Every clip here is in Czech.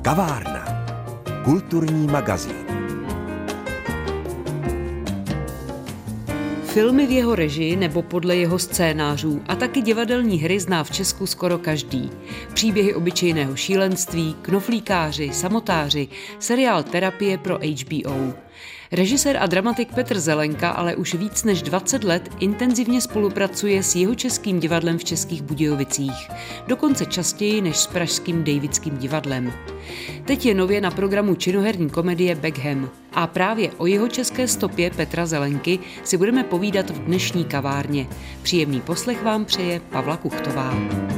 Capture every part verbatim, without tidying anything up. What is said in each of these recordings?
Kavárna. Kulturní magazín. Filmy v jeho režii nebo podle jeho scénářů a taky divadelní hry zná v Česku skoro každý. Příběhy obyčejného šílenství, knoflíkáři, samotáři, seriál Terapie pro H B O. Režisér a dramatik Petr Zelenka ale už víc než dvacet let intenzivně spolupracuje s Jihočeským divadlem v Českých Budějovicích, dokonce častěji než s pražským Davidským divadlem. Teď je nově na programu činoherní komedie Beckham a právě o jihočeské stopě Petra Zelenky si budeme povídat v dnešní kavárně. Příjemný poslech vám přeje Pavla Kuchtová.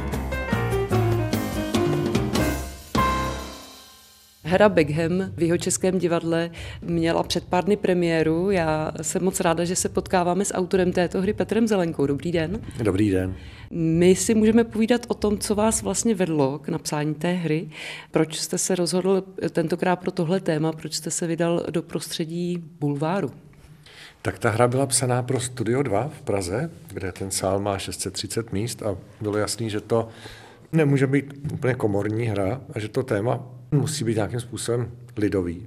Hra Beckham v Jihočeském divadle měla před pár dny premiéru. Já jsem moc ráda, že se potkáváme s autorem této hry Petrem Zelenkou. Dobrý den. Dobrý den. My si můžeme povídat o tom, co vás vlastně vedlo k napsání té hry. Proč jste se rozhodl tentokrát pro tohle téma, proč jste se vydal do prostředí bulváru? Tak ta hra byla psaná pro Studio dva v Praze, kde ten sál má šest set třicet míst a bylo jasný, že to nemůže být úplně komorní hra a že to téma musí být nějakým způsobem lidový.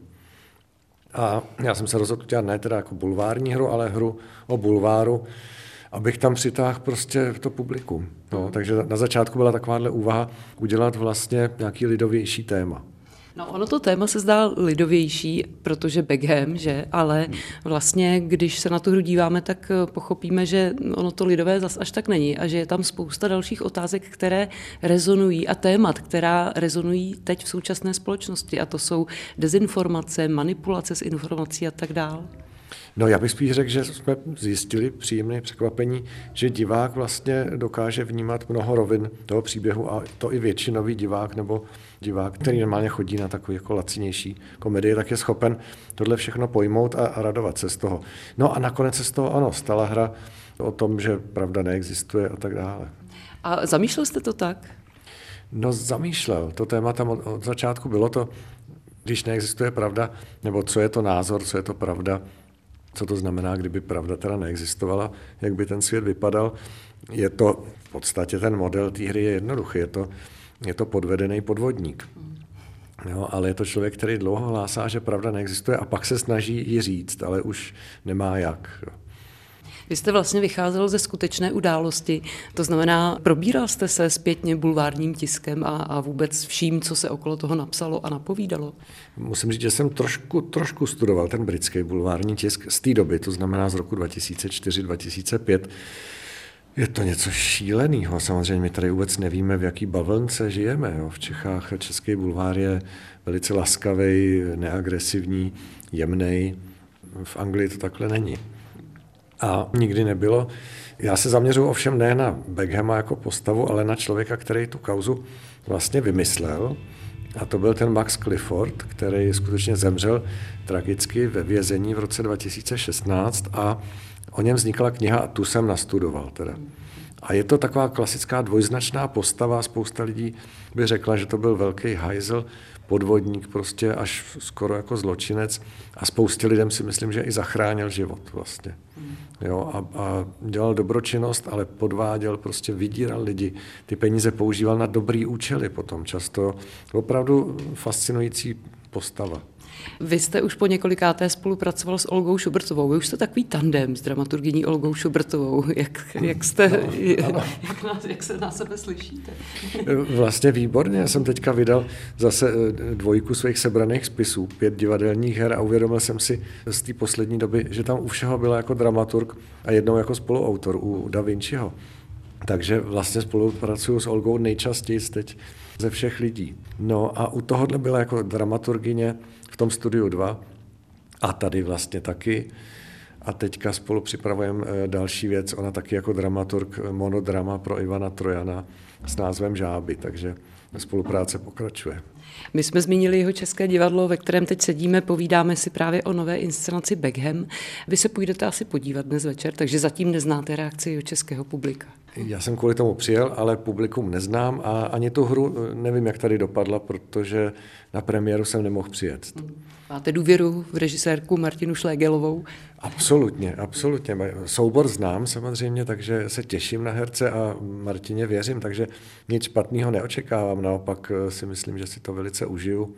A já jsem se rozhodl udělat ne teda jako bulvární hru, ale hru o bulváru, abych tam přitáhl prostě to publikum. No, takže na začátku byla takováhle úvaha udělat vlastně nějaký lidovější téma. No ono to téma se zdá lidovější, protože Beckham, že? Ale vlastně, když se na tu hru díváme, tak pochopíme, že ono to lidové zas až tak není a že je tam spousta dalších otázek, které rezonují a témat, která rezonují teď v současné společnosti a to jsou dezinformace, manipulace s informací a tak dál. No já bych spíš řekl, že jsme zjistili příjemné překvapení, že divák vlastně dokáže vnímat mnoho rovin toho příběhu a to i většinový divák nebo divák, který normálně chodí na takový jako lacinější komedii, tak je schopen tohle všechno pojmout a, a radovat se z toho. No a nakonec se z toho ano, stala hra o tom, že pravda neexistuje a tak dále. A zamýšlel jste to tak? No zamýšlel. To téma tam od, od začátku bylo to, když neexistuje pravda, nebo co je to názor, co je to pravda, co to znamená, kdyby pravda teda neexistovala, jak by ten svět vypadal. Je to v podstatě ten model té hry je jednoduchý, je to, je to podvedený podvodník. Jo, ale je to člověk, který dlouho hlásá, že pravda neexistuje a pak se snaží ji říct, ale už nemá jak. Jo. Vy jste vlastně vycházel ze skutečné události, to znamená, probíral jste se zpětně bulvárním tiskem a, a vůbec vším, co se okolo toho napsalo a napovídalo? Musím říct, že jsem trošku, trošku studoval ten britský bulvární tisk z té doby, to znamená z roku dva tisíce čtyři dva tisíce pět. Je to něco šíleného, samozřejmě my tady vůbec nevíme, v jaký bavlnce žijeme. Jo. V Čechách český bulvár je velice laskavý, neagresivní, jemnej. V Anglii to takhle není. A nikdy nebylo. Já se zaměřuji ovšem ne na Beckhama jako postavu, ale na člověka, který tu kauzu vlastně vymyslel. A to byl ten Max Clifford, který skutečně zemřel tragicky ve vězení v roce dva tisíce šestnáct a o něm vznikla kniha a tu jsem nastudoval teda. A je to taková klasická dvojznačná postava, spousta lidí by řekla, že to byl velký hajzl, podvodník prostě až skoro jako zločinec a spoustě lidem si myslím, že i zachránil život vlastně. Jo, a, a dělal dobročinnost, ale podváděl, prostě vydíral lidi. Ty peníze používal na dobrý účely potom často. Opravdu fascinující postava. Vy jste už po několikáté spolupracoval s Olgou Šubrtovou. Vy už jste takový tandem s dramaturgyní Olgou Šubrtovou. Jak, jak, jste, no, jak, jak se na sebe slyšíte? Vlastně výborně. Já jsem teďka vydal zase dvojku svých sebraných spisů, pět divadelních her a uvědomil jsem si z té poslední doby, že tam u všeho byla jako dramaturg a jednou jako spoluautor u Da Vinciho. Takže vlastně spolupracuju s Olgou nejčastěji teď ze všech lidí. No a u tohohle byla jako dramaturgyně v tom Studiu dva a tady vlastně taky. A teďka spolu připravujeme další věc, ona taky jako dramaturg monodrama pro Ivana Trojana s názvem Žáby, takže spolupráce pokračuje. My jsme zmínili Jihočeské divadlo, ve kterém teď sedíme, povídáme si právě o nové inscenaci Beckham. Vy se půjdete asi podívat dnes večer, takže zatím neznáte reakci jihočeského publika. Já jsem kvůli tomu přijel, ale publikum neznám a ani tu hru nevím, jak tady dopadla, protože na premiéru jsem nemohl přijet. Máte důvěru v režisérku Martinu Šlégelovou? Absolutně, absolutně. Soubor znám samozřejmě, takže se těším na herce a Martině věřím, takže nic špatného neočekávám. Naopak si myslím, že si to velice užiju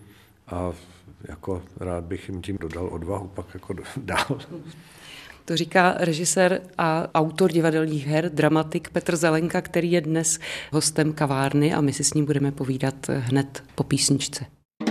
a jako rád bych jim tím dodal odvahu pak jako dál. To říká režisér a autor divadelních her, dramatik Petr Zelenka, který je dnes hostem kavárny a my si s ním budeme povídat hned po písničce.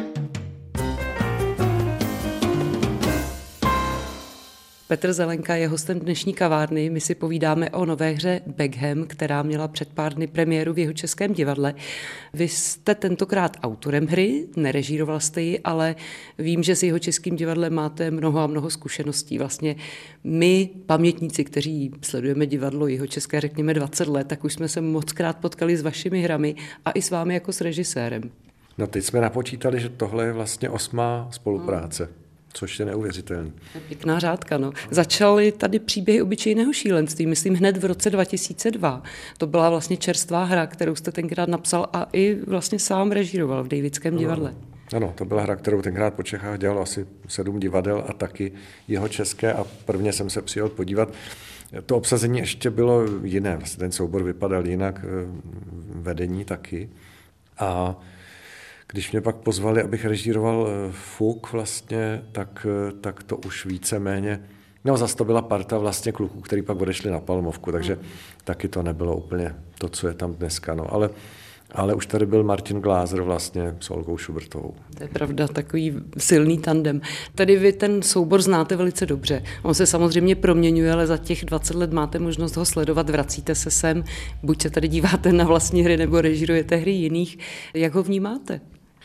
Petr Zelenka je hostem dnešní kavárny. My si povídáme o nové hře Beckham, která měla před pár dny premiéru v Jihočeském divadle. Vy jste tentokrát autorem hry, nerežíroval jste ji, ale vím, že s Jihočeským divadlem máte mnoho a mnoho zkušeností. Vlastně my, pamětníci, kteří sledujeme divadlo Jihočeské, řekněme dvacet let, tak už jsme se mockrát potkali s vašimi hrami a i s vámi jako s režisérem. No teď jsme napočítali, že tohle je vlastně osmá spolupráce. Hmm. Což je neuvěřitelný. Pěkná řádka, no. Začaly tady příběhy obyčejného šílenství, myslím hned v roce dva tisíce dva. To byla vlastně čerstvá hra, kterou jste tenkrát napsal a i vlastně sám režíroval v Davidském divadle. Ano, to byla hra, kterou tenkrát po Čechách dělalo asi sedm divadel a taky Jihočeské a prvně jsem se přijel podívat. To obsazení ještě bylo jiné, vlastně ten soubor vypadal jinak, vedení taky. A když mě pak pozvali, abych režíroval Fuk vlastně, tak, tak to už víceméně, no zase to byla parta vlastně kluků, který pak odešli na Palmovku, takže mm. taky to nebylo úplně to, co je tam dneska, no, ale, ale už tady byl Martin Glázer vlastně s Olgou Šubertovou. To je pravda, takový silný tandem. Tady vy ten soubor znáte velice dobře. On se samozřejmě proměňuje, ale za těch dvacet let máte možnost ho sledovat, vracíte se sem, buď se tady díváte na vlastní hry, nebo režírujete hry jiných. Jak ho vnímáte?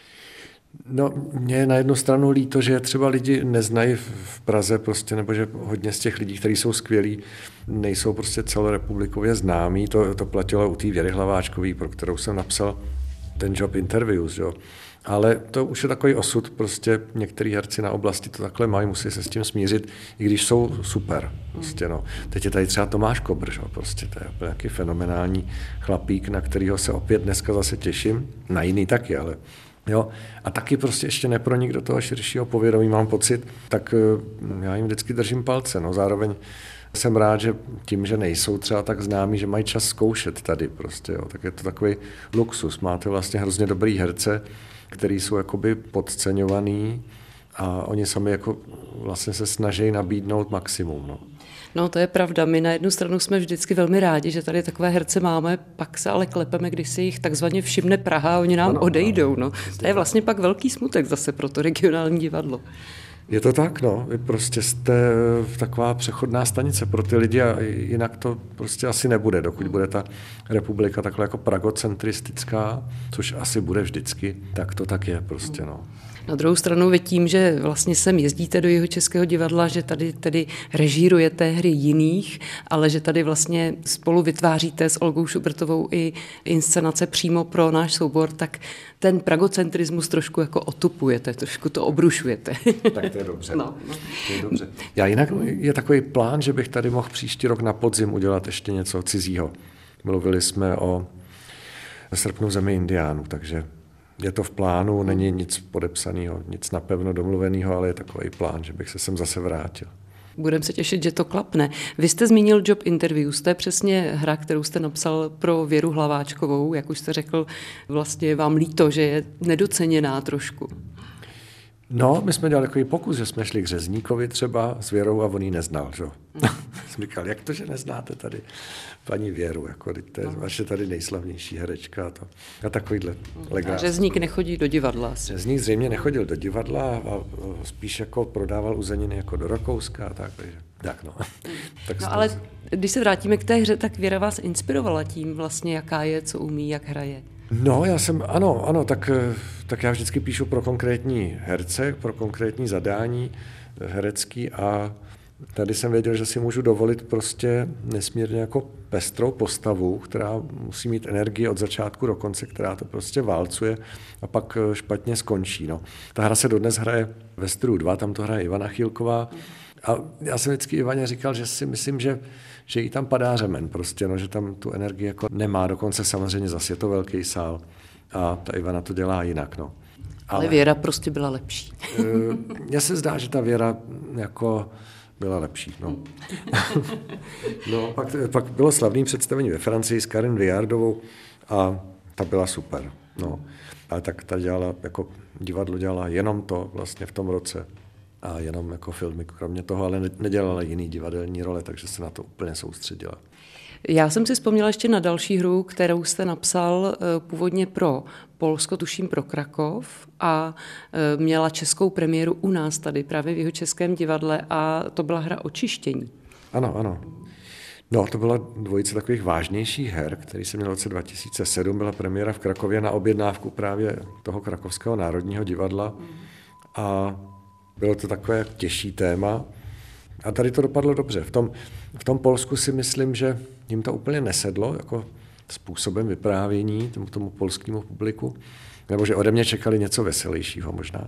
No, mě je na jednu stranu líto, že třeba lidi neznají v Praze prostě, nebo že hodně z těch lidí, kteří jsou skvělí, nejsou prostě celorepublikově známí. To, to platilo u té Věry Hlaváčkové, pro kterou jsem napsal ten Job Interviews, jo. Ale to už je takový osud, prostě některý herci na oblasti to takhle mají, musí se s tím smířit, i když jsou super. Prostě, no. Teď je tady třeba Tomáš Kobr, jo, prostě, to je nějaký fenomenální chlapík, na kterýho se opět dneska zase těším, na jiný taky, ale jo, a taky prostě ještě nepronik do toho širšího povědomí, mám pocit, tak já jim vždycky držím palce. No, zároveň jsem rád, že tím, že nejsou třeba tak známí, že mají čas zkoušet tady prostě, jo, tak je to takový luxus. Máte vlastně hrozně dobrý herce, který jsou jakoby podceňovaný a oni sami jako vlastně se snaží nabídnout maximum, no. No, to je pravda. My na jednu stranu jsme vždycky velmi rádi, že tady takové herce máme, pak se ale klepeme, když si jich takzvaně všimne Praha a oni nám ano, odejdou. No. To je vlastně pak velký smutek zase pro to regionální divadlo. Je to tak, no. Vy prostě jste taková přechodná stanice pro ty lidi a jinak to prostě asi nebude, dokud bude ta republika takhle jako pragocentristická, což asi bude vždycky, tak to tak je prostě, no. Na druhou stranu vy tím, že vlastně sem jezdíte do Jihočeského divadla, že tady tedy režírujete hry jiných, ale že tady vlastně spolu vytváříte s Olgou Šubertovou i inscenace přímo pro náš soubor, tak ten pragocentrismus trošku jako otupujete, trošku to obrušujete. Tak to je dobře. No, no. To je dobře. Já jinak je takový plán, že bych tady mohl příští rok na podzim udělat ještě něco cizího. Mluvili jsme o srpnu zemi indiánů, takže je to v plánu, není nic podepsaného, nic napevno domluveného, ale je takový plán, že bych se sem zase vrátil. Budeme se těšit, že to klapne. Vy jste zmínil Job Interviews, to je přesně hra, kterou jste napsal pro Věru Hlaváčkovou, jak už jste řekl, vlastně vám líto, že je nedoceněná trošku. No, my jsme dělali takový pokus, že jsme šli k Řezníkovi třeba s Věrou a on ji neznal, že? Jsem říkal, jak to, že neznáte tady paní Věru, jako to je vaše tady nejslavnější herečka a, to, a takovýhle legrás. A Řezník nechodí do divadla. Řezník zřejmě nechodil do divadla a spíš jako prodával uzeniny jako do Rakouska a tak, takže tak no. tak no ale když se vrátíme k té hře, tak Věra vás inspirovala tím vlastně, jaká je, co umí, jak hraje. No, já jsem, ano, ano, tak, tak já vždycky píšu pro konkrétní herce, pro konkrétní zadání herecký a tady jsem věděl, že si můžu dovolit prostě nesmírně jako pestrou postavu, která musí mít energii od začátku do konce, která to prostě válcuje a pak špatně skončí. No. Ta hra se dodnes hraje ve Studiu dva, tam to hraje Ivana Chýlková a já jsem vždycky Ivaně říkal, že si myslím, že že jí tam padá řemen prostě, no, že tam tu energii jako nemá, dokonce samozřejmě zase je to velký sál a ta Ivana to dělá jinak, no. Ale, Ale Věra prostě byla lepší. Mně se zdá, že ta Věra jako byla lepší, no. no pak, pak bylo slavné představení ve Francii s Karin Viardovou a ta byla super. No. Ale tak ta dělala, jako divadlo dělala jenom to vlastně v tom roce a jenom jako filmy kromě toho, ale nedělala jiný divadelní role, takže se na to úplně soustředila. Já jsem si vzpomněla ještě na další hru, kterou jste napsal původně pro Polsko, tuším pro Krakov, a měla českou premiéru u nás tady právě v Jihočeském divadle, a to byla hra Očištění. Ano, ano. No, to byla dvojice takových vážnějších her, který se měl v roce dva tisíce sedm, byla premiéra v Krakově na objednávku právě toho Krakovského národního divadla a bylo to takové těžší téma. A tady to dopadlo dobře. V tom, v tom Polsku si myslím, že jim to úplně nesedlo jako způsobem vyprávění tomu, tomu polskému publiku, nebo že ode mě čekali něco veselějšího možná.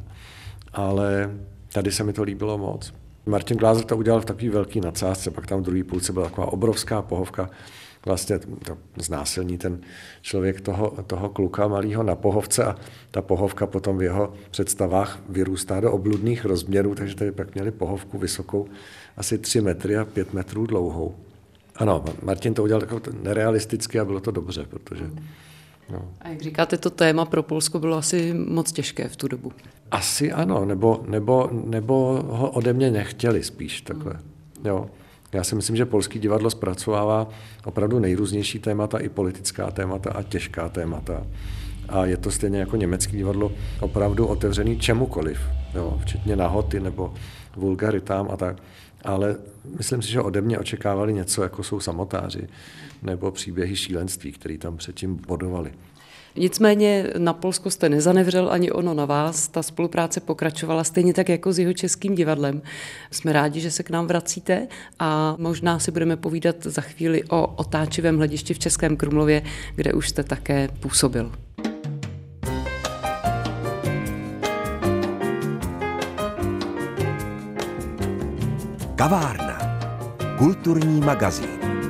Ale tady se mi to líbilo moc. Martin Glázer to udělal v takový velký nadsázce, pak tam v druhé půlce byla taková obrovská pohovka, vlastně to znásilní ten člověk toho, toho kluka malýho na pohovce a ta pohovka potom v jeho představách vyrůstá do obludných rozměrů, takže tady pak měli pohovku vysokou asi tři metry a pět metrů dlouhou. Ano, Martin to udělal takový nerealisticky a bylo to dobře, protože... No. A jak říkáte, to téma pro Polsko bylo asi moc těžké v tu dobu. Asi ano, nebo, nebo, nebo ho ode mě nechtěli spíš takhle. Jo. Já si myslím, že polský divadlo zpracovává opravdu nejrůznější témata, i politická témata a těžká témata. A je to stejně jako německý divadlo opravdu otevřený čemukoliv, jo, včetně nahoty nebo vulgaritám a tak. Ale myslím si, že ode mě očekávali něco, jako jsou samotáři nebo příběhy šílenství, které tam předtím bodovali. Nicméně na Polsko jste nezanevřel ani ono na vás, ta spolupráce pokračovala stejně tak jako s Jihočeským divadlem. Jsme rádi, že se k nám vracíte a možná si budeme povídat za chvíli o otáčivém hledišti v Českém Krumlově, kde už jste také působil. Kavárna. Kulturní magazín.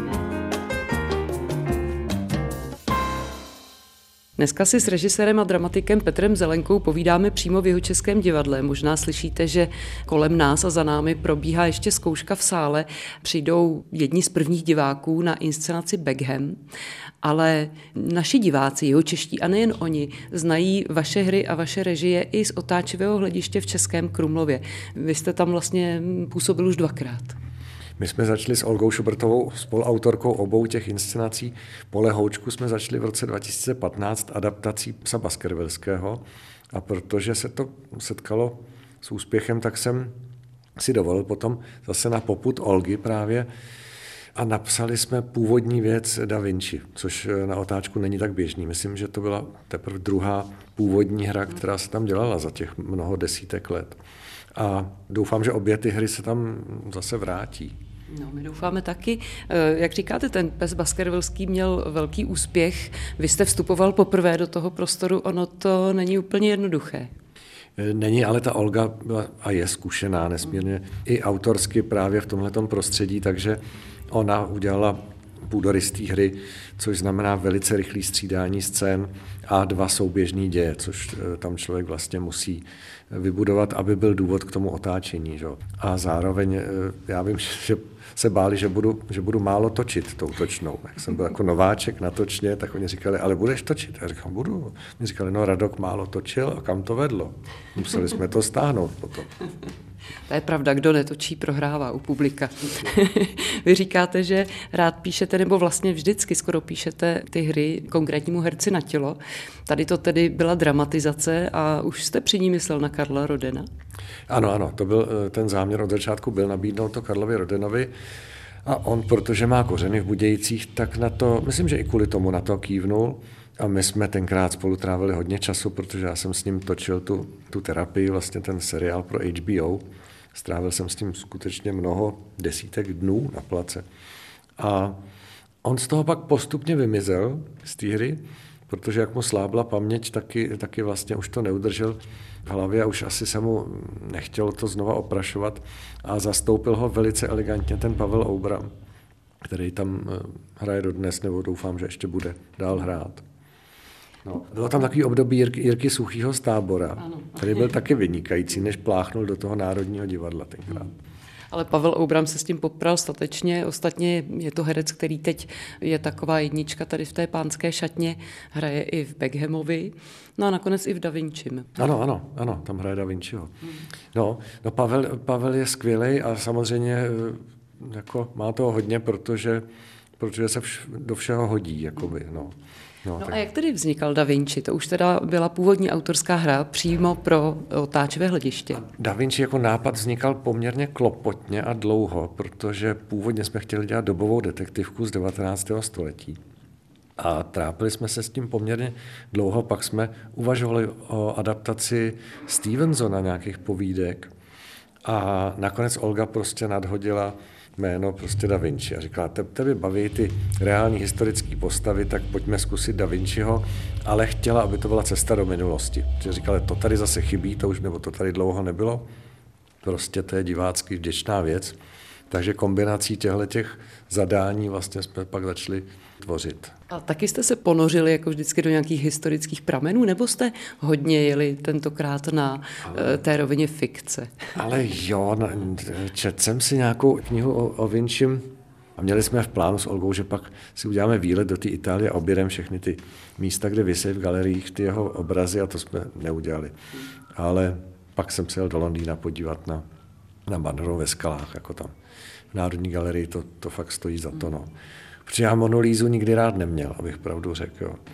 Dneska si s režisérem a dramatikem Petrem Zelenkou povídáme přímo v Jihočeském divadle. Možná slyšíte, že kolem nás a za námi probíhá ještě zkouška v sále. Přijdou jedni z prvních diváků na inscenaci Beckham, ale naši diváci, jihočeští a nejen oni, znají vaše hry a vaše režie i z otáčivého hlediště v Českém Krumlově. Vy jste tam vlastně působil už dvakrát. My jsme začali s Olgou Šubertovou, spoluautorkou obou těch inscenací. Pole Houčku jsme začali v roce dva tisíce patnáct adaptací Psa Baskervillského a protože se to setkalo s úspěchem, tak jsem si dovolil potom zase na popud Olgy právě a napsali jsme původní věc Da Vinci, což na otáčku není tak běžný. Myslím, že to byla teprve druhá původní hra, která se tam dělala za těch mnoho desítek let. A doufám, že obě ty hry se tam zase vrátí. No, my doufáme taky. Jak říkáte, ten Pes Baskervillský měl velký úspěch. Vy jste vstupoval poprvé do toho prostoru, ono to není úplně jednoduché. Není, ale ta Olga byla a je zkušená nesmírně i autorsky právě v tomhletom prostředí, takže ona udělala půdorystý hry, což znamená velice rychlý střídání scén a dva souběžný děje, což tam člověk vlastně musí vybudovat, aby byl důvod k tomu otáčení. Že? A zároveň já vím, že se báli, že budu, že budu málo točit tou točnou. Jak jsem byl jako nováček na točně, tak oni říkali, ale budeš točit? Já říkám, budu. Oni říkali, no Radok málo točil a kam to vedlo? Museli jsme to stáhnout potom. To je pravda, kdo netočí, prohrává u publika. Vy říkáte, že rád píšete, nebo vlastně vždycky skoro píšete ty hry konkrétnímu herci na tělo. Tady to tedy byla dramatizace a už jste při ní myslel na Karla Rodena? Ano, ano, to byl ten záměr od začátku, byl nabídnout to Karlovi Rodenovi a on, protože má kořeny v Budějcích, tak na to, myslím, že i kvůli tomu na to kývnul. A my jsme tenkrát spolu trávili hodně času, protože já jsem s ním točil tu, tu terapii, vlastně ten seriál pro H B O. Strávil jsem s tím skutečně mnoho desítek dnů na place. A on z toho pak postupně vymizel z té hry, protože jak mu slábla paměť, taky, taky vlastně už to neudržel v hlavě a už asi se mu nechtělo to znova oprašovat a zastoupil ho velice elegantně ten Pavel Oubram, který tam hraje dodnes, nebo doufám, že ještě bude dál hrát. No, bylo tam takový období Jirky, Jirky Suchýho z Tábora, ano, který byl taky vynikající, než pláchnul do toho Národního divadla tenkrát. Ale Pavel Oubram se s tím popral statečně. Ostatně je to herec, který teď je taková jednička tady v té Pánské šatně, hraje i v Beckhamovi, no a nakonec i v Da Vinčim. Ano, ano, ano, tam hraje Da Vinciho. Hmm. No, no Pavel, Pavel je skvělej a samozřejmě jako má toho hodně, protože, protože se vš, do všeho hodí, jakoby, no. No, no a jak tedy vznikal Da Vinci? To už teda byla původní autorská hra přímo pro otáčivé hlediště. Da Vinci jako nápad vznikal poměrně klopotně a dlouho, protože původně jsme chtěli dělat dobovou detektivku z devatenáctého století. A trápili jsme se s tím poměrně dlouho, pak jsme uvažovali o adaptaci Stevensona nějakých povídek a nakonec Olga prostě nadhodila jméno prostě Da Vinci a říkala, tebe baví ty reální historické postavy, tak pojďme zkusit Da Vinciho, ale chtěla, aby to byla cesta do minulosti. Že říkala, to tady zase chybí, to už nebo to tady dlouho nebylo, prostě to je divácky vděčná věc. Takže kombinací těchto zadání vlastně jsme pak začali tvořit. A taky jste se ponořili jako vždycky do nějakých historických pramenů, nebo jste hodně jeli tentokrát na ale, té rovině fikce? Ale jo, četl jsem si nějakou knihu o, o Vinčim a měli jsme v plánu s Olgou, že pak si uděláme výlet do té Itálie a objedeme všechny ty místa, kde visí v galeriích ty jeho obrazy a to jsme neudělali. Ale pak jsem se jel do Londýna podívat na, na Madonu ve skalách, jako tam. V Národní galerii to, to fakt stojí za to, no. Protože já Monu Lízu nikdy rád neměl, abych pravdu řekl. Jo.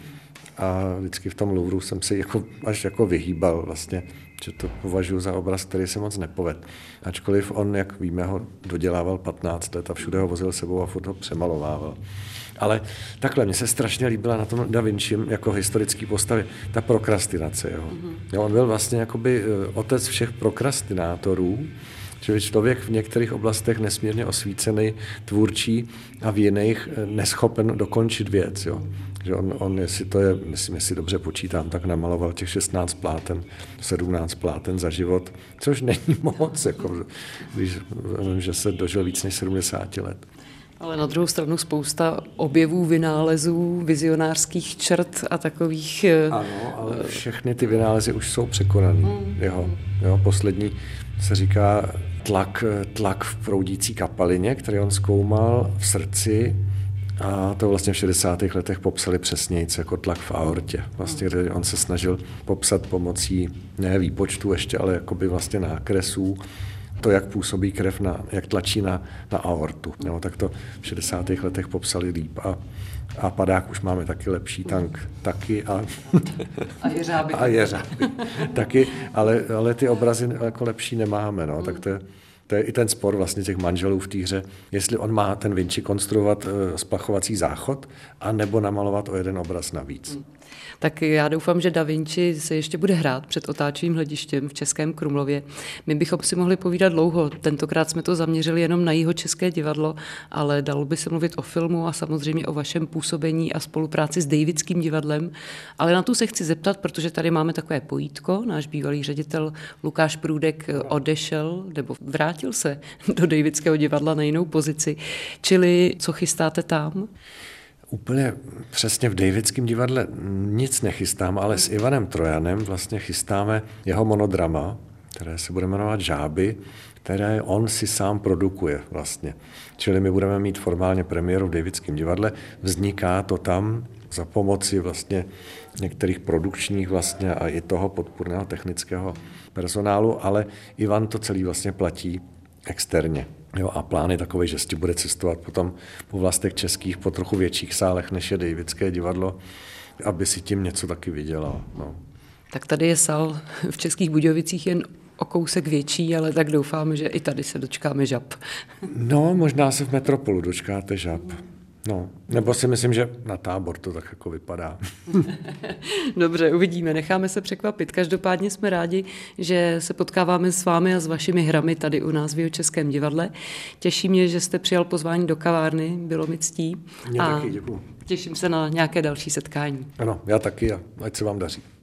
A vždycky v tom Louvru jsem si jako, až jako vyhýbal vlastně, že to považuji za obraz, který se moc nepovedl. Ačkoliv on, jak víme, ho dodělával patnáct let a všude ho vozil sebou a furt ho přemalovával. Ale takhle, mně se strašně líbila na tom Da Vincim jako historický postavě ta prokrastinace. Jo. Mm-hmm. Jo, on byl vlastně jakoby otec všech prokrastinátorů, že člověk v některých oblastech nesmírně osvícený, tvůrčí a v jiných neschopen dokončit věc. Jo. Že on, on, jestli to je, myslím, jestli dobře počítám, tak namaloval těch šestnáct pláten, sedmnáct pláten za život, což není moc, jako, když vím, že se dožil víc než sedmdesát let. Ale na druhou stranu spousta objevů, vynálezů, vizionářských čert a takových... Ano, ale všechny ty vynálezy už jsou překonaný. Mm. Jeho, jeho poslední se říká tlak, tlak v proudící kapalině, který on zkoumal v srdci a to vlastně v šedesátých letech popsali přesněji jako tlak v aortě. Vlastně, kde on se snažil popsat pomocí ne výpočtu ještě, ale jakoby vlastně nákresů to, jak působí krev, na, jak tlačí na, na aortu. No, tak to v šedesátých letech popsali líp a, a padák už máme taky lepší tank taky a, a jeřáby. A jeřáby taky, ale, ale ty obrazy jako lepší nemáme. No, mm. Tak to je, to je i ten spor vlastně těch manželů v té hře, jestli on má ten Vinci konstruovat uh, splachovací záchod a nebo namalovat o jeden obraz navíc. Mm. Tak já doufám, že Da Vinci se ještě bude hrát před otáčivým hledištěm v Českém Krumlově. My bychom si mohli povídat dlouho. Tentokrát jsme to zaměřili jenom na Jihočeské divadlo, ale dalo by se mluvit o filmu a samozřejmě o vašem působení a spolupráci s Davidským divadlem. Ale na tu se chci zeptat, protože tady máme takové pojítko. Náš bývalý ředitel Lukáš Průdek odešel nebo vrátil se do Davidského divadla na jinou pozici. Čili co chystáte tam? Úplně přesně v Davidském divadle nic nechystám, ale s Ivanem Trojanem vlastně chystáme jeho monodrama, které se bude jmenovat Žáby, které on si sám produkuje vlastně. Čili my budeme mít formálně premiéru v Davidském divadle, vzniká to tam za pomoci vlastně některých produkčních vlastně a i toho podpůrného technického personálu, ale Ivan to celý vlastně platí externě. Jo, a plán je takový, že si bude cestovat potom po vlastech českých, po trochu větších sálech, než je Davidské divadlo, aby si tím něco taky vydělal. No. Tak tady je sál v Českých Budějovicích jen o kousek větší, ale tak doufáme, že i tady se dočkáme žab. No, možná se v Metropolu dočkáte žab. No, nebo si myslím, že na Tábor to tak jako vypadá. Dobře, uvidíme, necháme se překvapit. Každopádně jsme rádi, že se potkáváme s vámi a s vašimi hrami tady u nás v Jihočeském divadle. Těší mě, že jste přijal pozvání do kavárny, bylo mi ctí. Mě taky, děkuju. Těším se na nějaké další setkání. Ano, já taky a ať se vám daří.